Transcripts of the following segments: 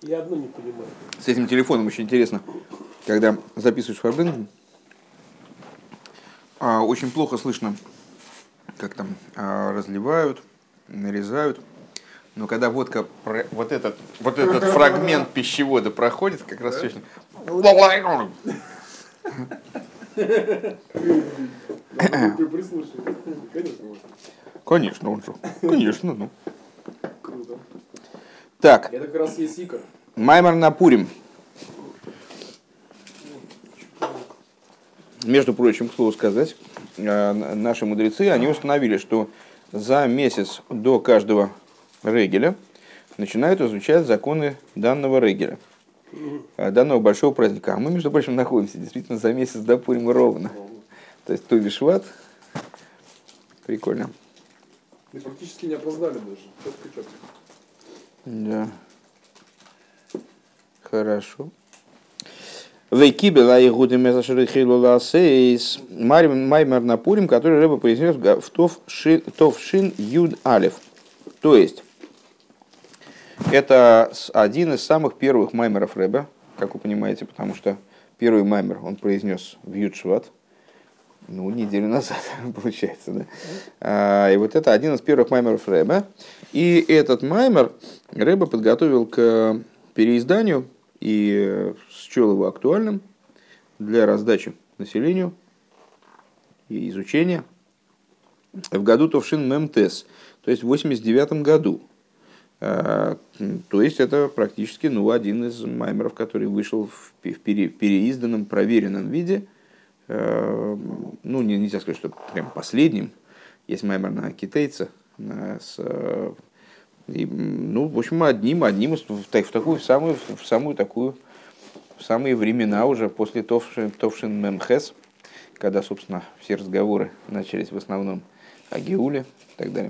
Я одно не понимаю. С этим телефоном очень интересно, когда записываешь фарбринг, очень плохо слышно, как там разливают, нарезают. Но когда водка, вот этот фрагмент пищевода проходит, как раз очень... Надо прислушиваться. Конечно, можно. Конечно, он же. Конечно, ну. Круто. Так, Это как раз есть икор. Маймар на Пурим. Между прочим, к слову сказать, наши мудрецы, они установили, что за месяц до каждого регеля начинают изучать законы данного регеля, данного большого праздника. А мы, между прочим, находимся действительно за месяц до Пурима ровно. То есть Ту Бишват. Прикольно. Мы практически не опоздали даже. Четко. Да. Хорошо. Вейкибела и гудемезашерихилуласейс Маймер на Пурим, который Рэба произнес в Товшин Юд Алев. То есть, это один из самых первых маймеров Рэба, как вы понимаете, потому что первый маймер он произнес в Юд Шват, неделю назад, получается. Да? И вот это один из первых маймеров Рэба. И этот маймер Рэба подготовил к переизданию и счел его актуальным для раздачи населению и изучения в году Товшин Мемтес, то есть в 89 году. То есть это практически один из маймеров, который вышел в переизданном, проверенном виде. Нельзя сказать, что прям последним. Есть маймер на китайца. В общем, одним из в самые времена уже после Товшин Мемхес, когда, собственно, все разговоры начались в основном о Геуле и так далее.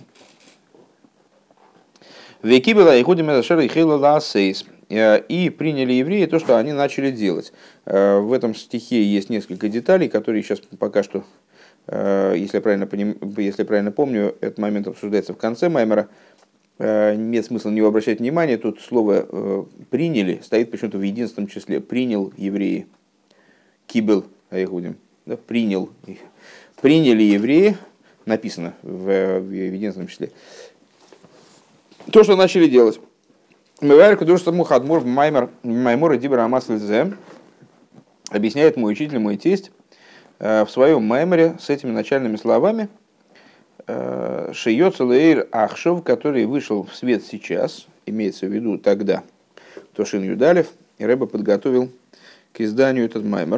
Веки была и ходим и приняли евреи то, что они начали делать. В этом стихе есть несколько деталей, которые сейчас пока что, если я правильно помню, этот момент обсуждается в конце маймера. Нет смысла на него обращать внимание. Тут слово «приняли» стоит почему-то в единственном числе. «Принял евреи». «Кибел айгудим». Да, «принял». «Приняли евреи». Написано в единственном числе. То, что начали делать. Мевайр кудуш саму хадмур маймор и дибра амаслизе объясняет мой учитель, мой тесть, в своем майморе с этими начальными словами Шейоц Лейр Ахшов, который вышел в свет сейчас, имеется в виду тогда, Тошин Юдалев, и Рэба подготовил к изданию этот маймор.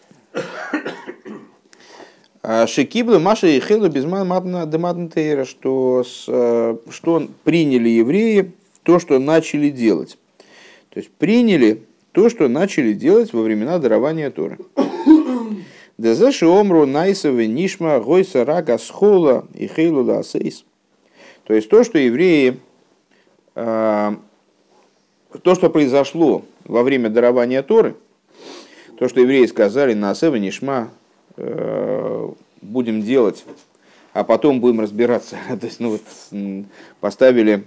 Шекиблы Маша и Хелу безман матна дематнтейра, что приняли евреи то, что начали делать. То есть приняли то, что начали делать во времена дарования Торы. Дезеши омру найсовы нишма гойса рага схола и хейлу ласейс. То есть то, что евреи, то, что произошло во время дарования Торы, то, что евреи сказали насева нишма, будем делать, а потом будем разбираться. То есть, поставили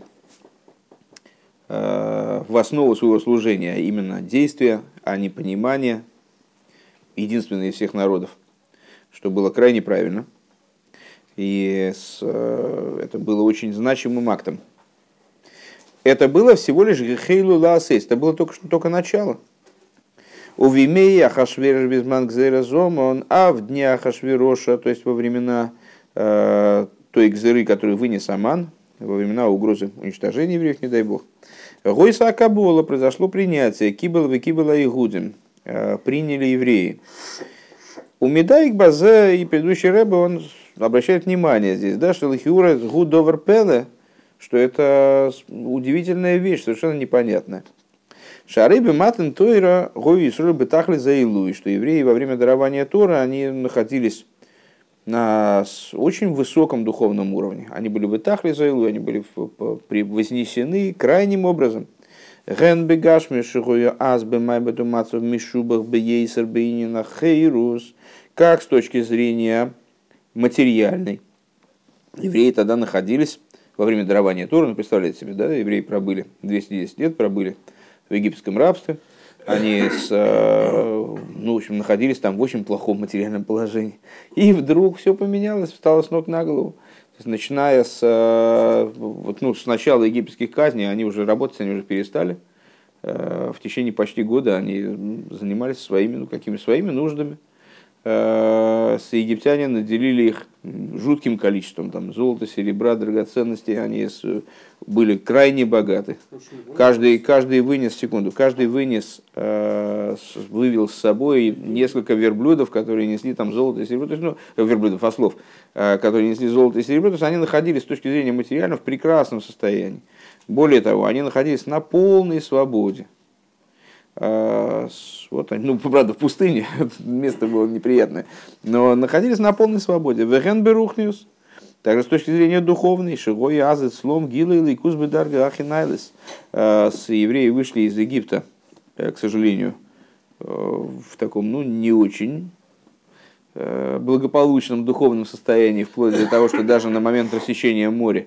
в основу своего служения именно действия, а не понимание, единственное из всех народов, что было крайне правильно. И это было очень значимым актом. Это было всего лишь гехейлу лаасейс, это было только начало. У Вимея Ахашвирош безман гзерезомон, а в дни Ахашвироша, то есть во времена той гзеры, которую вынес Аман, во времена угрозы уничтожения евреев, не дай бог. Гойса Акабола, произошло принятие, кибел векибела и гудим, приняли евреи. У Медаик Базе и предыдущий Рэбе, он обращает внимание здесь, да, что Лахиура гудовер пеле, что это удивительная вещь, совершенно непонятная. Шарыби матен тойра гои срубы бетахли заилуй, что евреи во время дарования Тора, они находились на очень высоком духовном уровне. Они были бетахли заилуй, они были вознесены крайним образом. Ген бегашми шигуя азбе майбету мацов мишубах бейсер бейнина хейрус, как с точки зрения материальной. Евреи тогда находились во время дарования Торы, представляете себе, да, евреи пробыли 210 лет, пробыли в египетском рабстве. Они в общем, находились там в очень плохом материальном положении. И вдруг все поменялось, встало с ног на голову. Начиная с начала египетских казней, они уже работать, они уже перестали. В течение почти года они занимались какими-то своими нуждами. Египтяне наделили их жутким количеством золота, серебра, драгоценностей. Они были крайне богаты. Каждый вывел с собой несколько верблюдов, которые несли золото и серебро. То есть, верблюдов, ослов, которые несли золото и серебро. То есть они находились с точки зрения материального в прекрасном состоянии. Более того, они находились на полной свободе. Правда, в пустыне, место было неприятное, но находились на полной свободе. Вехен берухниус, также с точки зрения духовной, шигой азет слом гилы и кузбы дарга ахинайлес. Евреи вышли из Египта, к сожалению, в таком, не очень благополучном духовном состоянии, вплоть до того, что даже на момент рассечения моря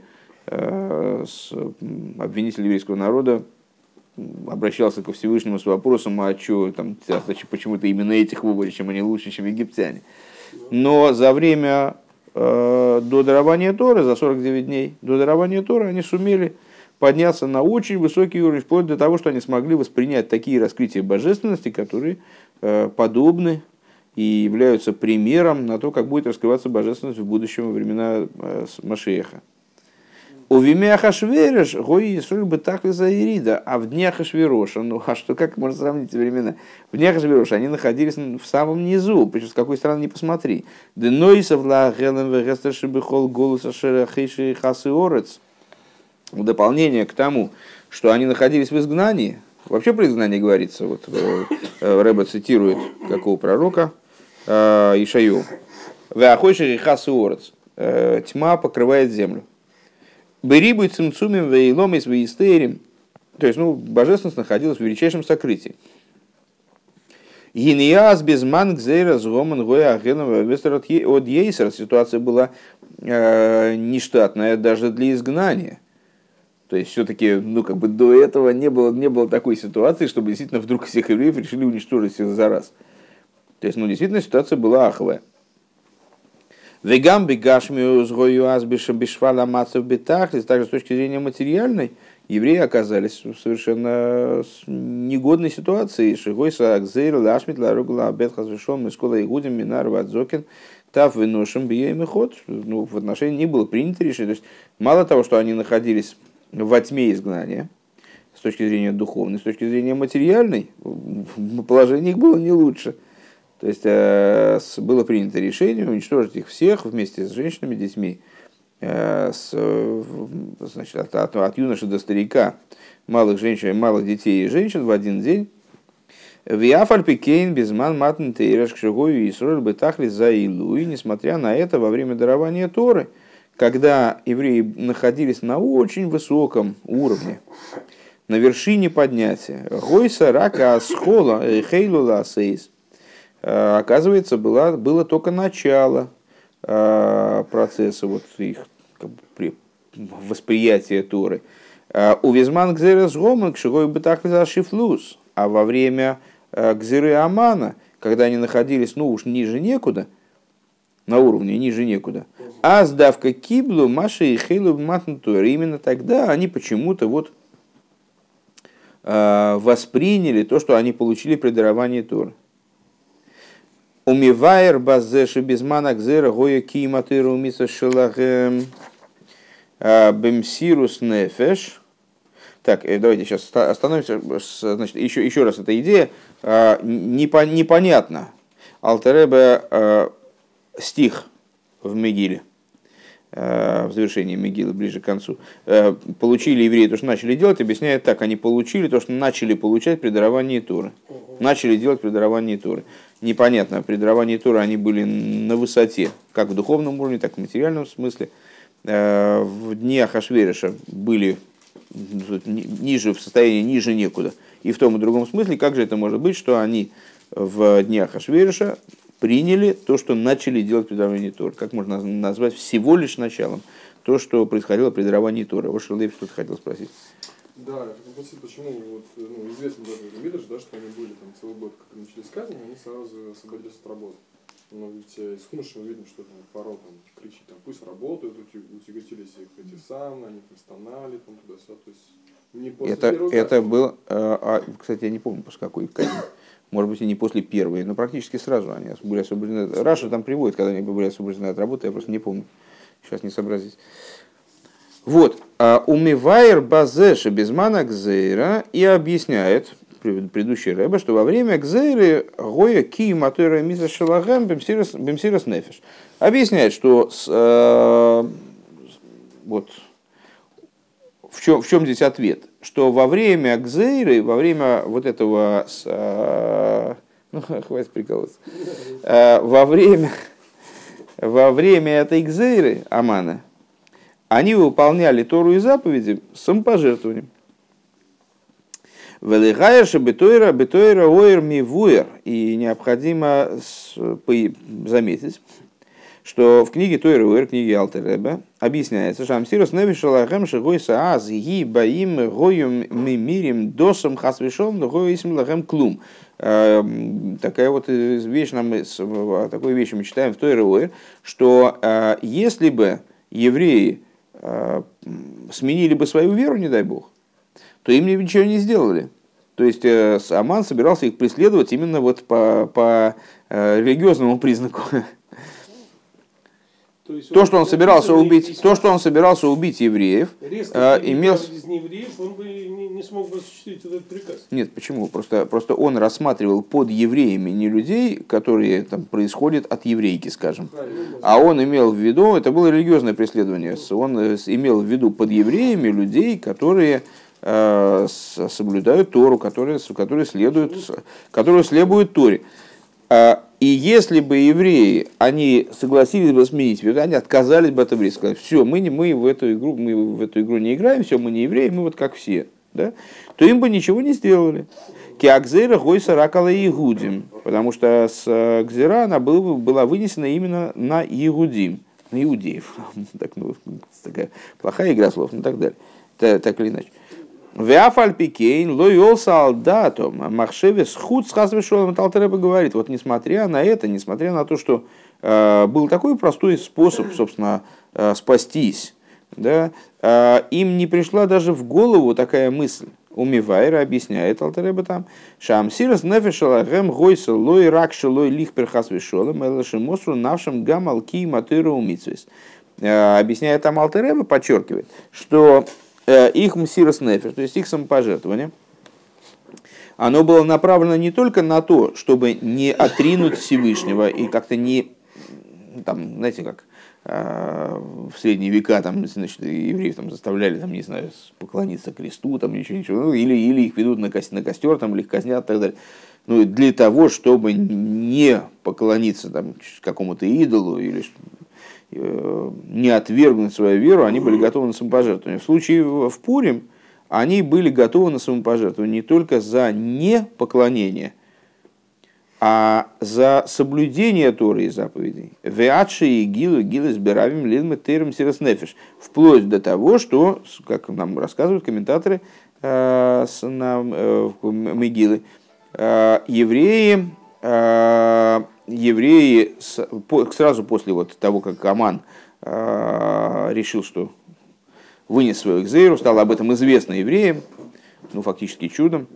обвинитель еврейского народа обращался ко Всевышнему с вопросом, почему-то именно этих выбрали, чем они лучше, чем египтяне. Но за время до дарования Торы, за 49 дней до дарования Торы, они сумели подняться на очень высокий уровень, вплоть до того, что они смогли воспринять такие раскрытия божественности, которые подобны и являются примером на то, как будет раскрываться божественность в будущем во времена Машиаха. У виме Ахашвереш гои Исроль бы так ли заирида, а в дне Ахашвероша, как можно сравнить эти времена? В дне Ахашвероша они находились в самом низу, причем с какой стороны не посмотри. Денойсов ла гелем вегестерши бихол голуса шерахейши хасы орец. В дополнение к тому, что они находились в изгнании, вообще про изгнание говорится, Рэбе цитирует какого пророка, Ишайю. Веахойши хасы орец. Тьма покрывает землю. Берибуй цимцумим вейлом из веистерим. То есть, божественность находилась в величайшем сокрытии. Гиньяс без мангзейра сгоман гоя агенова вестер от ейсера. Ситуация была нештатная даже для изгнания. То есть, все-таки, до этого не было такой ситуации, чтобы действительно вдруг всех евреев решили уничтожить всех за раз. То есть, действительно, ситуация была аховая. Вегам бегашмиус гоюаз бишвала мацев бетахлис. Также с точки зрения материальной, евреи оказались в совершенно негодной ситуации. Шигойса акзейр лашмит ларугла бетхас вишом мискола игудим минар вадзокин тав виношим бием и ход. В отношении них было принято решение. То есть, мало того, что они находились во тьме изгнания, с точки зрения духовной, с точки зрения материальной, положение их было не лучше. То есть было принято решение уничтожить их всех вместе с женщинами, детьми, от юноши до старика, малых женщин, малых детей и женщин в один день. Виафальпикейн безман матн тейраш кшигою Исроль бетахли за Илу. И несмотря на это, во время дарования Торы, когда евреи находились на очень высоком уровне, на вершине поднятия, гойса рака асхола хейлула асейс, оказывается, было только начало процесса их восприятия Торы. У Визман Гзерес Гоман кшигой бытахли за шифлус, а во время Гзеры Амана, когда они находились, уж ниже некуда, на уровне ниже некуда, а сдавка киблу маши и хейлу матн Торы, именно тогда они почему-то восприняли то, что они получили при даровании Торы. Умивайр базеши безмана гзера гоя кииматыру умиса шелахем бемсирус нефеш. Так, давайте сейчас остановимся. Значит, еще раз эта идея. Непонятно. Алтер Ребе стих в Мегиле, в завершении Мегилы, ближе к концу. Получили евреи то, что начали делать, объясняет так. Они получили то, что начали получать при даровании Торы. Начали делать при даровании Торы. Непонятно, при даровании Торы они были на высоте, как в духовном уровне, так и в материальном смысле. В дни Ахашвереша были ниже, в состоянии ниже некуда. И в том и другом смысле, как же это может быть, что они в дни Ахашвереша приняли то, что начали делать при даровании Торы? Как можно назвать всего лишь началом то, что происходило при даровании Торы? Вот Шерлейб что-то хотел спросить. Да, я хотел спросить, почему вот, ну, известно даже Мидраш, да, что они были там целый год, как начали сказывать, они сразу освободились от работы. Но ведь из Хумаша мы видим, что там фараон там кричит, там, пусть работают, утяготились их эти самые, они там стонали, там туда-сюда, то есть не после первого Это казни. был, кстати, я не помню, после какой казни. Может быть, и не после первой, но практически сразу они были освобождены. Раша там приводит, когда они были освобождены от работы, я просто не помню. Сейчас не сообразить. Вот. Умивайр базеша безмана гзейра и объясняет предыдущий рэбе, что во время гзейры гоя ки матера миза шалагем бемсирас нефиш. Объясняет, что вот в чем здесь ответ? Что во время гзейры, во время вот этого, ну, хватит прикалываться, во время этой гзейры Амана, они выполняли Тору и заповеди с самопожертвованием. Бетойра оир мивуэр. И необходимо заметить, что в книге Тойра Оир, книге Алтер Ребе, объясняется, что Амсирус Невишалахем Шигой Сааз Ги Баим Гоем Мимирим Досом Хасвишом Гоисм Лахем Клум. Такая вот вещь, такую вещь мы читаем в Тойра Оир, что если бы евреи сменили бы свою веру, не дай бог, то им ничего не сделали. То есть Аман собирался их преследовать именно вот по религиозному признаку. То, что он собирался убить евреев, имел... без неевреев, он бы не смог бы осуществить этот приказ. Нет, почему? Просто он рассматривал под евреями не людей, которые там происходят от еврейки, скажем. А он имел в виду, это было религиозное преследование, он имел в виду под евреями людей, которые соблюдают Тору, которые следуют Торе. И если бы евреи, они согласились бы сменить веру, они отказались бы от евреев, сказали, все, мы в эту игру не играем, все, мы не евреи, мы вот как все, да? То им бы ничего не сделали. Киакзера гойса ракала игудим, потому что с гзера она была вынесена именно на игудим, на иудеев. Так, ну, такая плохая игра слов, ну так далее, так или иначе. Веафальпикейн, лойол солдатом, махшевес худ сказывает, Алтер-Ребе говорит, вот несмотря на это, несмотря на то, что был такой простой способ, собственно, спастись, да, им не пришла даже в голову такая мысль. Умивайра объясняет Алтер-Ребе там, шамсирас нефешалагем гойса лой ракши лой лихпер хасвешолем, элашимосру навшим гамал ки матыра умитсвис. Объясняет там Алтер-Ребе, подчеркивает, что их мсирос нефеш, то есть их самопожертвование, оно было направлено не только на то, чтобы не отринуть Всевышнего и как-то не, там, знаете, как в средние века, там, значит, евреев там заставляли, там, не знаю, поклониться кресту, там, ничего, ну, или их ведут на костер, там, или их казнят и так далее. Ну, для того, чтобы не поклониться там, какому-то идолу или не отвергнуть свою веру, они были готовы на самопожертвование. В случае в Пурим они были готовы на самопожертвование не только за непоклонение, а за соблюдение Торы и заповедей. Веатши и гилы сбиравим лилмы терем сирос нефеш. Вплоть до того, что, как нам рассказывают комментаторы Мегилы, евреи сразу после вот того, как Аман решил, что вынес свою экзейру, стало об этом известно евреям, ну фактически чудом,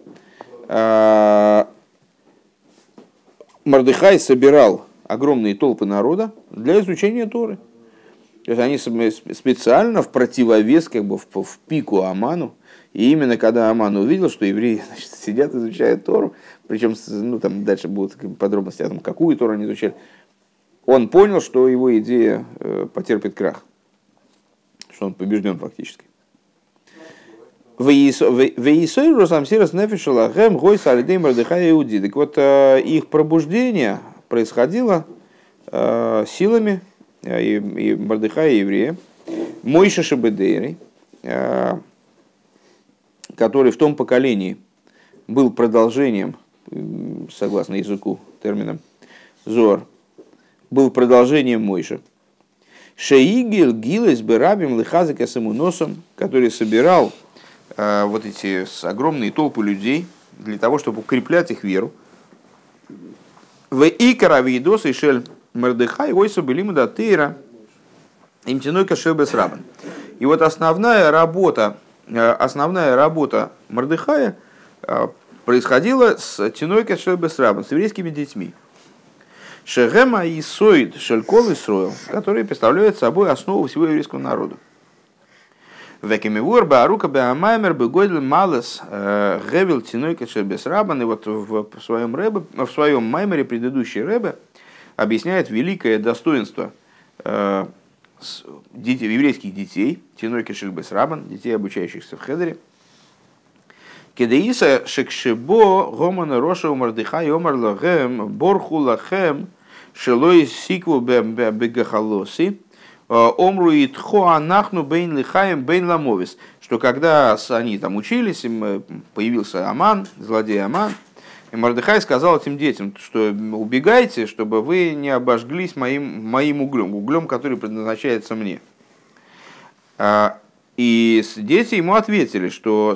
Мордехай собирал огромные толпы народа для изучения Торы. То есть они специально в противовес, как бы в пику Аману. И именно когда Аман увидел, что евреи, значит, сидят, изучают Тору, причем, ну, там дальше будут подробности о том, какую Тору они изучали, он понял, что его идея потерпит крах, что он побежден фактически. Так вот, их пробуждение происходило силами и Мордехая, и еврея, Мойше Шебедейри, который в том поколении был продолжением, согласно языку, терминам Зоар, был продолжением Мойше. Шеигил гилес берабим лихазик эсэмуносом, который собирал вот эти огромные толпы людей для того, чтобы укреплять их веру. В икаравидос и шель Мордехай ойсу белима датейра им тянойка шебес рабан. И вот основная работа Мордехая происходила с тянойка шебес рабан, с еврейскими детьми. Шегема и соид шелькол и сроил, которые представляют собой основу всего еврейского народа. Векемивур баарука беамаймер бегойдл малес гевел тянойка шебес рабан. И вот в своем маймере предыдущий ребе объясняет великое достоинство еврейских детей, тянойка шебес рабан, детей, обучающихся в хедере. Кедеиса шекшебо гомана роша умардыхай омар лагем борху лахем шелой сикву бегахалоси омру итхо анахну бейн лихаем бейн ламовис. Что когда они там учились, появился Аман, злодей Аман, и Мордехай сказал этим детям, что убегайте, чтобы вы не обожглись моим углем, который предназначается мне. И дети ему ответили, что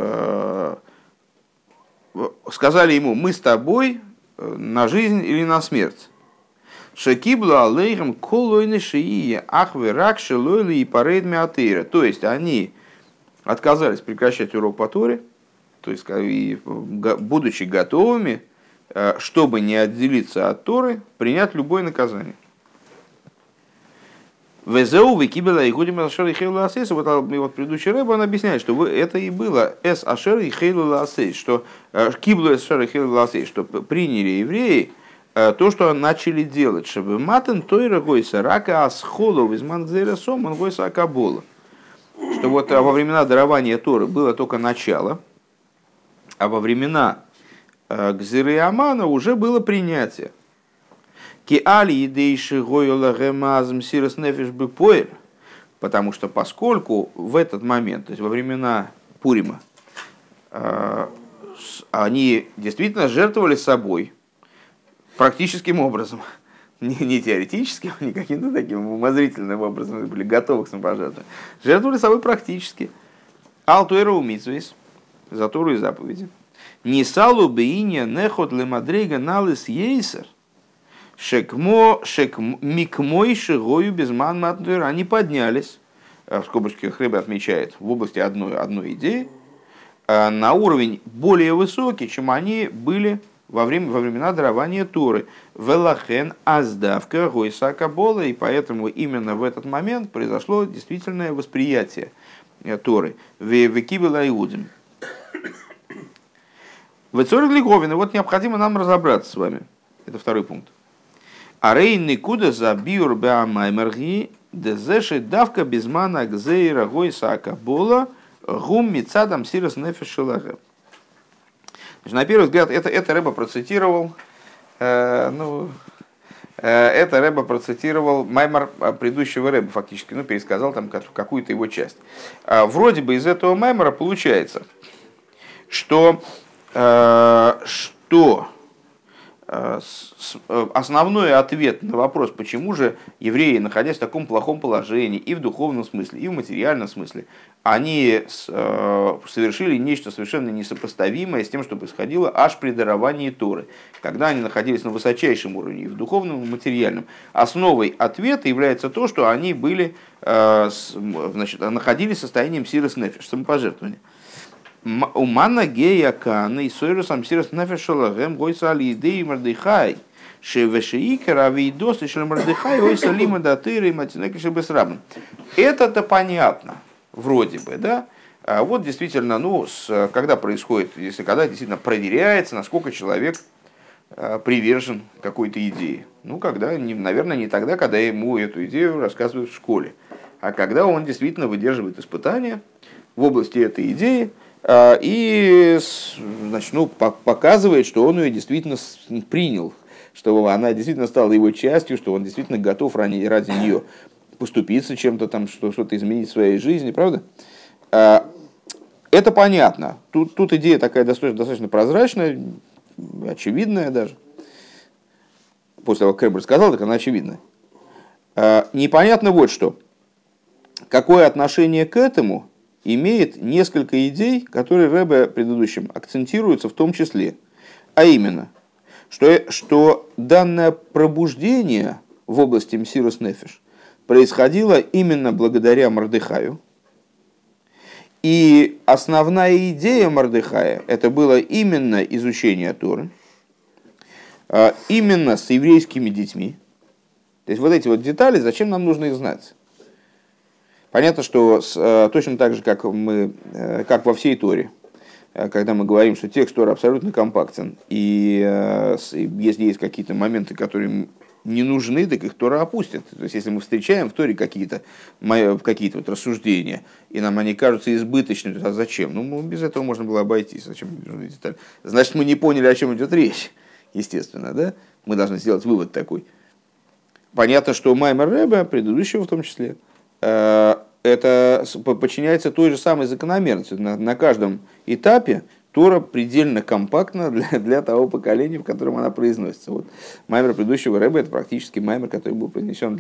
сказали ему: мы с тобой на жизнь или на смерть. Шекиблу алейхам колойны шии ахвы рак шелойли и парейд миатейра. То есть они отказались прекращать урок по Торе, то есть будучи готовыми, чтобы не отделиться от Торы, принять любое наказание. Везеу векибела и гудим ашер и хейлу асейс. Вот предыдущий рэб, он объясняет, что это и было эс ашер и хейлу асейс, что киблу эс ашер и хейлу асейс, что приняли евреи то, что начали делать, чтобы матен тойра гойса рака асхолу визман гзейрасом он гойса акабола. Что вот во времена дарования Торы было только начало, а во времена гзиры Амана уже было принятие. Потому что поскольку в этот момент, то есть во времена Пурима, они действительно жертвовали собой практическим образом, не теоретическим, не каким-то таким умозрительным образом, были готовы к самопожертвованию, жертвовали собой практически. Алтуэру митсвейс, за Тору и заповеди. Нисалу бейня нехот лемадрейга налис ейсер. Микмой шигою безман матнуэр. Они поднялись, в скобочках Ребе отмечает, в области одной идеи, на уровень более высокий, чем они были во времена дарования Торы. Велахен аздавка гойса кабола. И поэтому именно в этот момент произошло действительное восприятие Торы. Векибела иудим. В Цорих Лиговин. Вот необходимо нам разобраться с вами. Это второй пункт. Арейный куда за биур беамаймерги дезеши давка безмана гзейра гойса акабола гум мицадам сирос нефешилага. На первый взгляд, это Ребе процитировал, маймер предыдущего Ребе, фактически, пересказал там какую-то его часть. Вроде бы из этого маймера получается, что основной ответ на вопрос, почему же евреи, находясь в таком плохом положении и в духовном смысле, и в материальном смысле, они совершили нечто совершенно несопоставимое с тем, что происходило аж при даровании Торы, когда они находились на высочайшем уровне, и в духовном, и в материальном. Основой ответа является то, что они находились в состоянии сирос нефеш, самопожертвования. Умана гея кан и сойрусам сирос нефешалагем гойса алидей мардыхай шевешиикера видос и шелмардыхай гойса лима датыры и матинеки шебесрабн. Это-то понятно, вроде бы, да? А вот действительно, когда происходит, когда действительно проверяется, насколько человек привержен какой-то идее. Наверное, не тогда, когда ему эту идею рассказывают в школе, а когда он действительно выдерживает испытания в области этой идеи, и показывает, что он ее действительно принял, что она действительно стала его частью, что он действительно готов ради нее поступиться чем-то, там, что-то изменить в своей жизни, правда? Это понятно. Тут идея такая достаточно прозрачная, очевидная даже. После того, как Кребер сказал, так она очевидная. Непонятно вот что. Какое отношение к этому имеет несколько идей, которые Ребе предыдущим акцентируются в том числе. А именно, что данное пробуждение в области Мсирус Нефеш происходило именно благодаря Мордехаю. И основная идея Мордехая – это было именно изучение Торы, именно с еврейскими детьми. То есть вот эти вот детали, зачем нам нужно их знать? Понятно, что точно так же, как во всей Торе, когда мы говорим, что текст Торы абсолютно компактен, и если есть какие-то моменты, которые не нужны, так их Тора опустит. То есть если мы встречаем в Торе какие-то вот рассуждения, и нам они кажутся избыточными, то зачем? Ну, без этого можно было обойтись. Зачем нужны детали? Значит, мы не поняли, о чем идет речь, естественно, да? Мы должны сделать вывод такой. Понятно, что Маймер Ребе, предыдущего в том числе, это подчиняется той же самой закономерности. На каждом этапе Тора предельно компактна для того поколения, в котором она произносится. Вот маймер предыдущего Ребе — это практически маймер, который был произнесен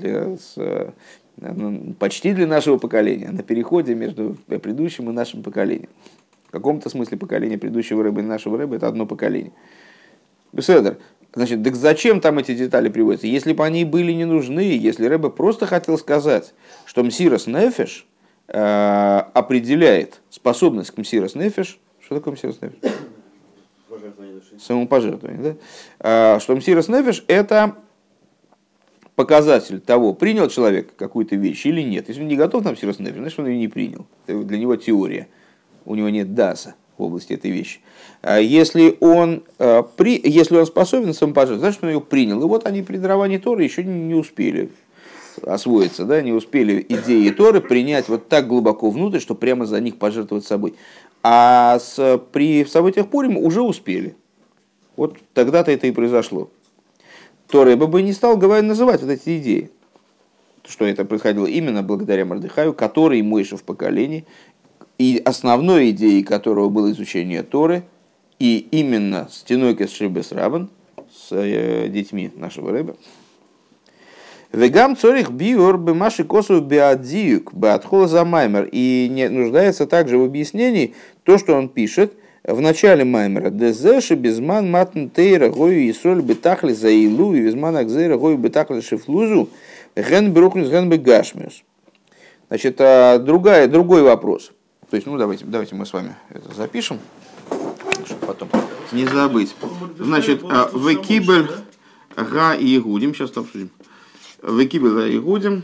почти для нашего поколения, на переходе между предыдущим и нашим поколением. В каком-то смысле поколение предыдущего Ребе и нашего Ребе — это одно поколение. Беседер. Значит, так зачем там эти детали приводятся? Если бы они были не нужны, если Ребе просто хотел сказать, что Мсирос Нефеш определяет способность к Мсирос Нефеш. Что такое Мсирос Нефеш? Самопожертвование, да? Что Мсирос Нефеш — это показатель того, принял человек какую-то вещь или нет. Если он не готов на Мсирос Нефеш, значит, он ее не принял. Это для него теория. У него нет даса в области этой вещи. Если он способен самопожертвовать, значит, он ее принял. И вот они при даровании Торы еще не успели освоиться, да, не успели идеи Торы принять вот так глубоко внутрь, что прямо за них пожертвовать собой. А при событиях Пурим уже успели. Вот тогда-то это и произошло. То Ребе бы не стал называть вот эти идеи, что это происходило именно благодаря Мордехаю, который Мойше в поколении, и основной идеей которого было изучение Торы, и именно с Тинойкес Шибес Рабан, с детьми нашего Ребе. Вегам цорих биор бемаши косу беадзиюк беадхола за маймер. И не нуждается также в объяснении то, что он пишет в начале маймера. Дезеши безман матн тейра гою и соль бетахли за илу и безман акзейра гою бетахли шифлузу ген брукнус ген бегашмиус. Значит, другой вопрос. То есть, давайте мы с вами это запишем, чтобы потом не забыть. Значит, векибель га и игудим. Сейчас это обсудим. Векибель га и игудим.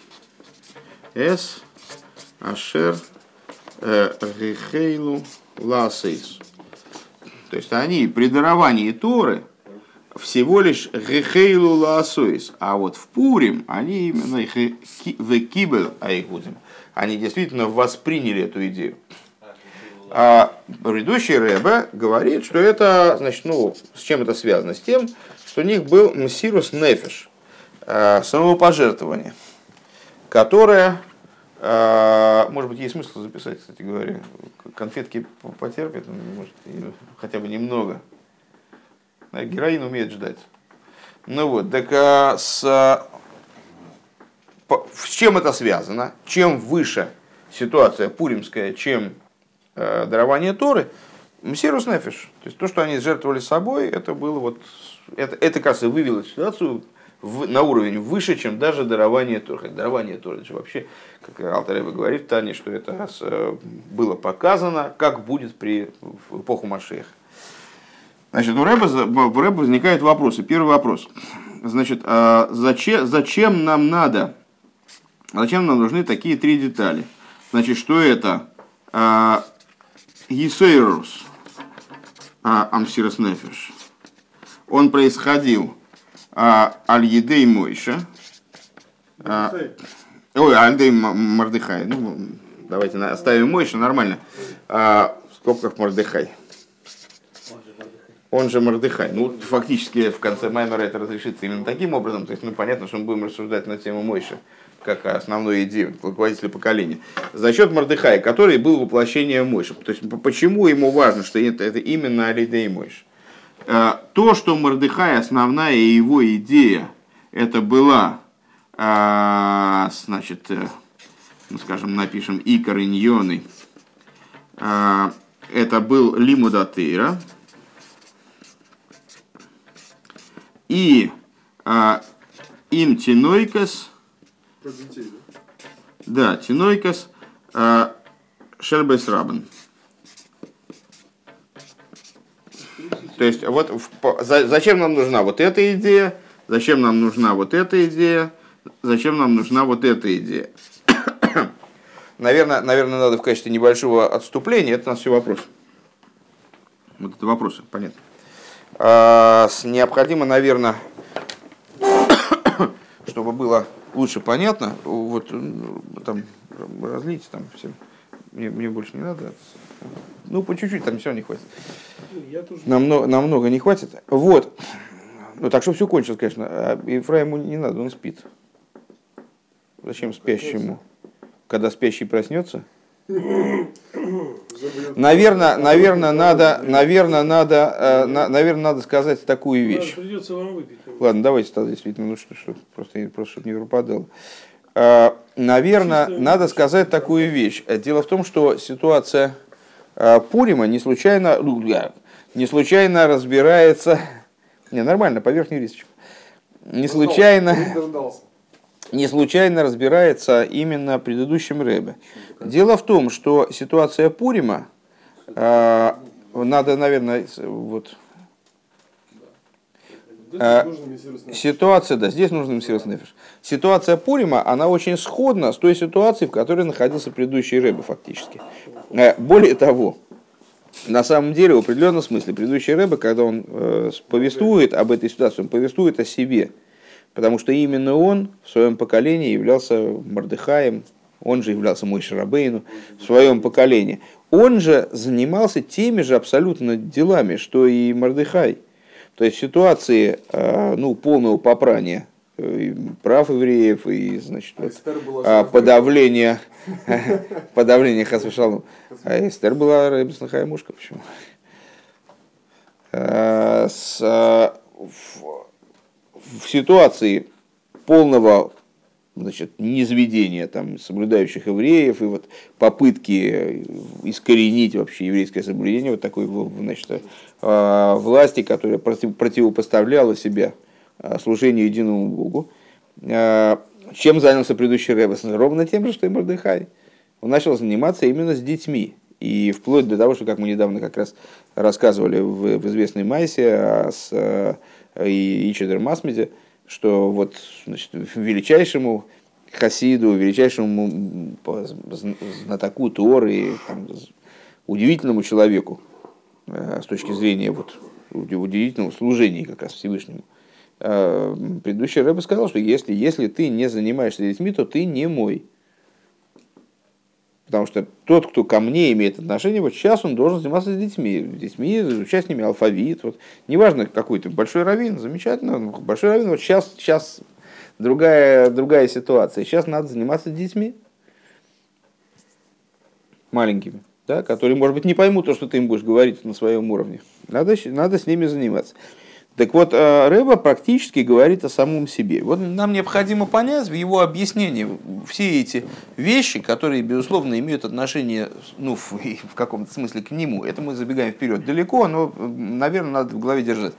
Эс ашер гехейлу ласейс. То есть, они при даровании Торы всего лишь гехейлу ласейс. А вот в Пурим они именно векибель га и игудим. Они действительно восприняли эту идею. А предыдущий Ребе говорит, что это, значит, с чем это связано? С тем, что у них был Мсирус Нефеш, самопожертвование, которое, может быть, есть смысл записать, кстати говоря, конфетки потерпят, может, хотя бы немного. Героин умеет ждать. Так с чем это связано? Чем выше ситуация пуримская, чем дарование Торы, Мсирус Нефеш. То есть то, что они жертвовали собой, это было вот. Это как раз и вывело ситуацию на уровень выше, чем даже дарование Торы. Дарование Торы, это же вообще, как Алтер Ребе говорит в Тане, что это было показано, как будет в эпоху Машиаха. Значит, у Ребе возникают вопросы. Первый вопрос. Значит, зачем нам нужны такие три детали? Значит, что это Есейрус Амсирос Нефеш. Он происходил Аль-Едей Мойша. Аль-Едей Мордехай. Давайте оставим Мойша, нормально. В скобках Мордехай. Он же Мордехай. Фактически в конце Маймера это разрешится именно таким образом. То есть, понятно, что мы будем рассуждать на тему Мойша как основную идею руководителя поколения, за счет Мордехая, который был воплощением Мойши. То есть, почему ему важно, что это именно Алидей Мойш? То, что Мордехай, основная его идея, это была, значит, скажем, напишем Икар Иньоны, это был лимуда тейра. И им тинойкас, Про детей, да, тинойкас шербес рабан. То есть, вот зачем нам нужна вот эта идея, зачем нам нужна вот эта идея, зачем нам нужна вот эта идея. Наверное, надо в качестве небольшого отступления, это у нас все вопросы. Вот это вопросы, понятно. Необходимо, наверное, чтобы было лучше понятно, вот там разлейте там всем, мне больше не надо, ну по чуть-чуть там все не хватит, намного не хватит, вот, ну так что все кончилось, конечно, а Ефраиму не надо, он спит, зачем спящему, когда спящий проснется? Наверное, надо сказать такую вещь. Придется вам выпить. Ладно, давайте тогда действительно, ну что просто чтобы не пропадало. Наверное, надо сказать такую вещь. Дело в том, что ситуация Пурима не случайно разбирается. Не, нормально, по верхней рисочку. Не случайно разбирается именно предыдущим Ребе. Дело в том, что ситуация Пурима, надо, наверное, вот... Ситуация, да, здесь нужен Мессирос Нефеш. Ситуация Пурима, она очень сходна с той ситуацией, в которой находился предыдущий Ребе фактически. Более того, на самом деле, в определенном смысле, предыдущий Ребе, когда он повествует об этой ситуации, он повествует о себе. Потому что именно он в своем поколении являлся Мордехаем, он же являлся Моше Рабейну в своем поколении. Он же занимался теми же абсолютно делами, что и Мордехай. То есть в ситуации полного попрания прав евреев и, значит, подавления Хас вешалом. А Эстер была Ребесна Хаймушка. Почему? В ситуации полного, значит, низведения там, соблюдающих евреев и вот попытки искоренить вообще еврейское соблюдение вот такой, значит, власти, которая противопоставляла себя служению единому Богу. Чем занялся предыдущий Ребе? Ровно тем же, что и Мордехай. Он начал заниматься именно с детьми. И вплоть до того, что, как мы недавно как раз рассказывали в известной Майсе с Ичедер Масмеде, что вот, значит, величайшему хасиду, величайшему знатоку Торы и там, удивительному человеку с точки зрения вот, удивительного служения как раз Всевышнему, предыдущий Ребе сказал, что если ты не занимаешься детьми, то ты не мой. Потому что тот, кто ко мне имеет отношение, вот сейчас он должен заниматься с детьми, изучать с ними алфавит. Вот. Неважно, какой-то большой раввин, замечательно, большой раввин, вот сейчас другая ситуация. Сейчас надо заниматься детьми маленькими, да, которые, может быть, не поймут то, что ты им будешь говорить на своем уровне. Надо с ними заниматься. Так вот, Ребе практически говорит о самом себе. Вот нам необходимо понять в его объяснении все эти вещи, которые, безусловно, имеют отношение, ну, в каком-то смысле к нему. Это мы забегаем вперед далеко, но, наверное, надо в голове держать.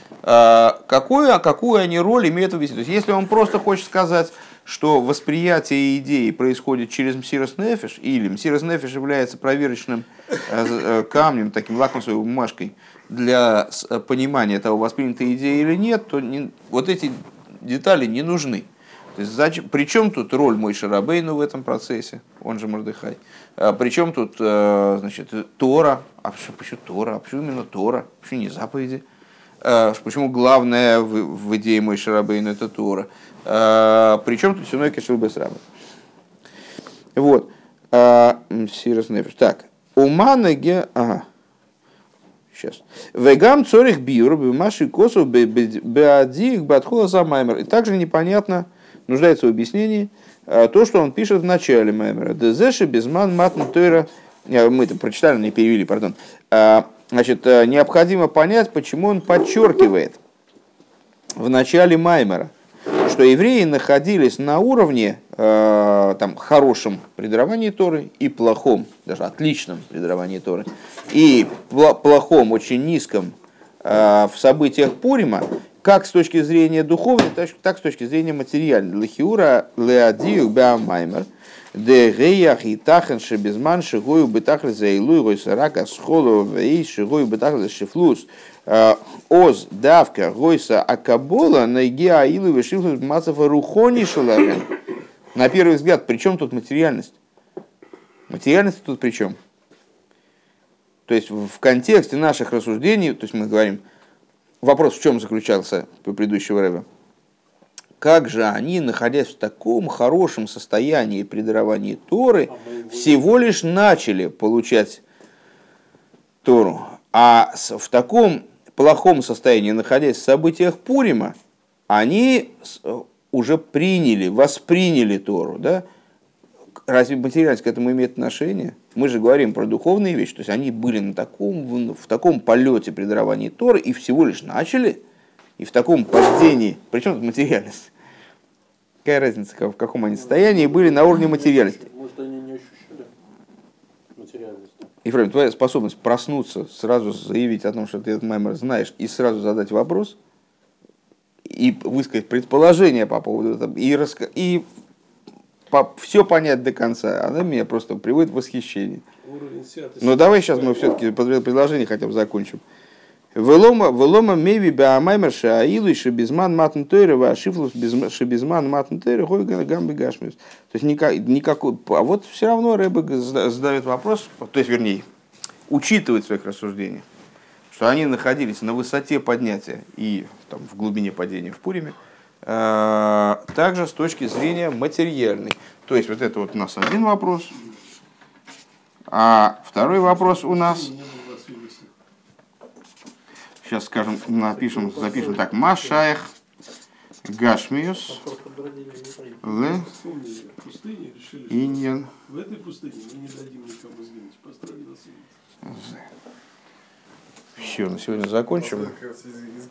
Какую они роль имеют в объяснении? То есть, если он просто хочет сказать, что восприятие идеи происходит через Мессирос Нефеш, или Мессирос Нефеш является проверочным камнем, таким лакмусовой бумажкой, для понимания того, воспринятой идеи или нет, то вот эти детали не нужны. То есть, причем тут роль Моше Рабейну в этом процессе, он же Мордехай? Причем тут, значит, Тора? Почему Тора? Почему именно Тора? Почему не заповеди? Почему главное в идее Моше Рабейну это Тора? Причем тут Синой Кешел Бес Рабейн? Вот. Мессирос Нефеш. Так. Уманаге... Ага. Сейчас. Вегам цорих биур бимаши косу беадик бадхула за маймер. И также непонятно, нуждается в объяснении, то, что он пишет в начале маймера. Дезеши безман матн тойра. Мы это прочитали, не перевели, пардон. Значит, необходимо понять, почему он подчеркивает в начале маймера, что евреи находились на уровне там, хорошем предаровании Торы и плохом, даже отличном предаровании Торы, и плохом, очень низком в событиях Пурима, как с точки зрения духовной, так с точки зрения материальной. Лехиура леадию беамаймер, де геях и тахен шебезман шигою бетахле заилуй гойсарака схолу вей шигою бетахле шифлус оз давка гойса акабола найгеа илу вешифлус мацафа рухони шалавен. На первый взгляд, при чем тут материальность? Материальность тут при чем? То есть в контексте наших рассуждений, то есть мы говорим, вопрос в чем заключался по предыдущего рэба? Как же они, находясь в таком хорошем состоянии при даровании Торы, всего лишь начали получать Тору, а в таком плохом состоянии, находясь в событиях Пурима, они уже восприняли Тору, да? Разве материальность к этому имеет отношение? Мы же говорим про духовные вещи, то есть они были в таком полете при даровании Торы и всего лишь начали, и в таком падении, причем тут материальность? Какая разница, в каком они состоянии были на уровне материальности? Может, они не ощущали материальность? Ефрем, твоя способность проснуться, сразу заявить о том, что ты этот маймер знаешь, и сразу задать вопрос, и высказать предположение по поводу этого, и все понять до конца, она меня просто приводит в восхищение. Но давай сейчас мы все-таки предложение хотя бы закончим. Велома меви беамаймер шаилу шебизман матн тойра шифлус шебизман матн тойра гой гамби гашмиус. То есть никакой. А вот все равно Рэбе задает вопрос, то есть вернее учитывает в своих рассуждениях, что они находились на высоте поднятия и там, в глубине падения в Пуриме, также с точки зрения материальной. То есть вот это вот у нас один вопрос, а второй вопрос у нас. Сейчас скажем, запишем так. Машаях Гашмиус Л Иньян. В этой пустыне мы не дадим никому сгинуть. Построили нас. Все, на сегодня закончим.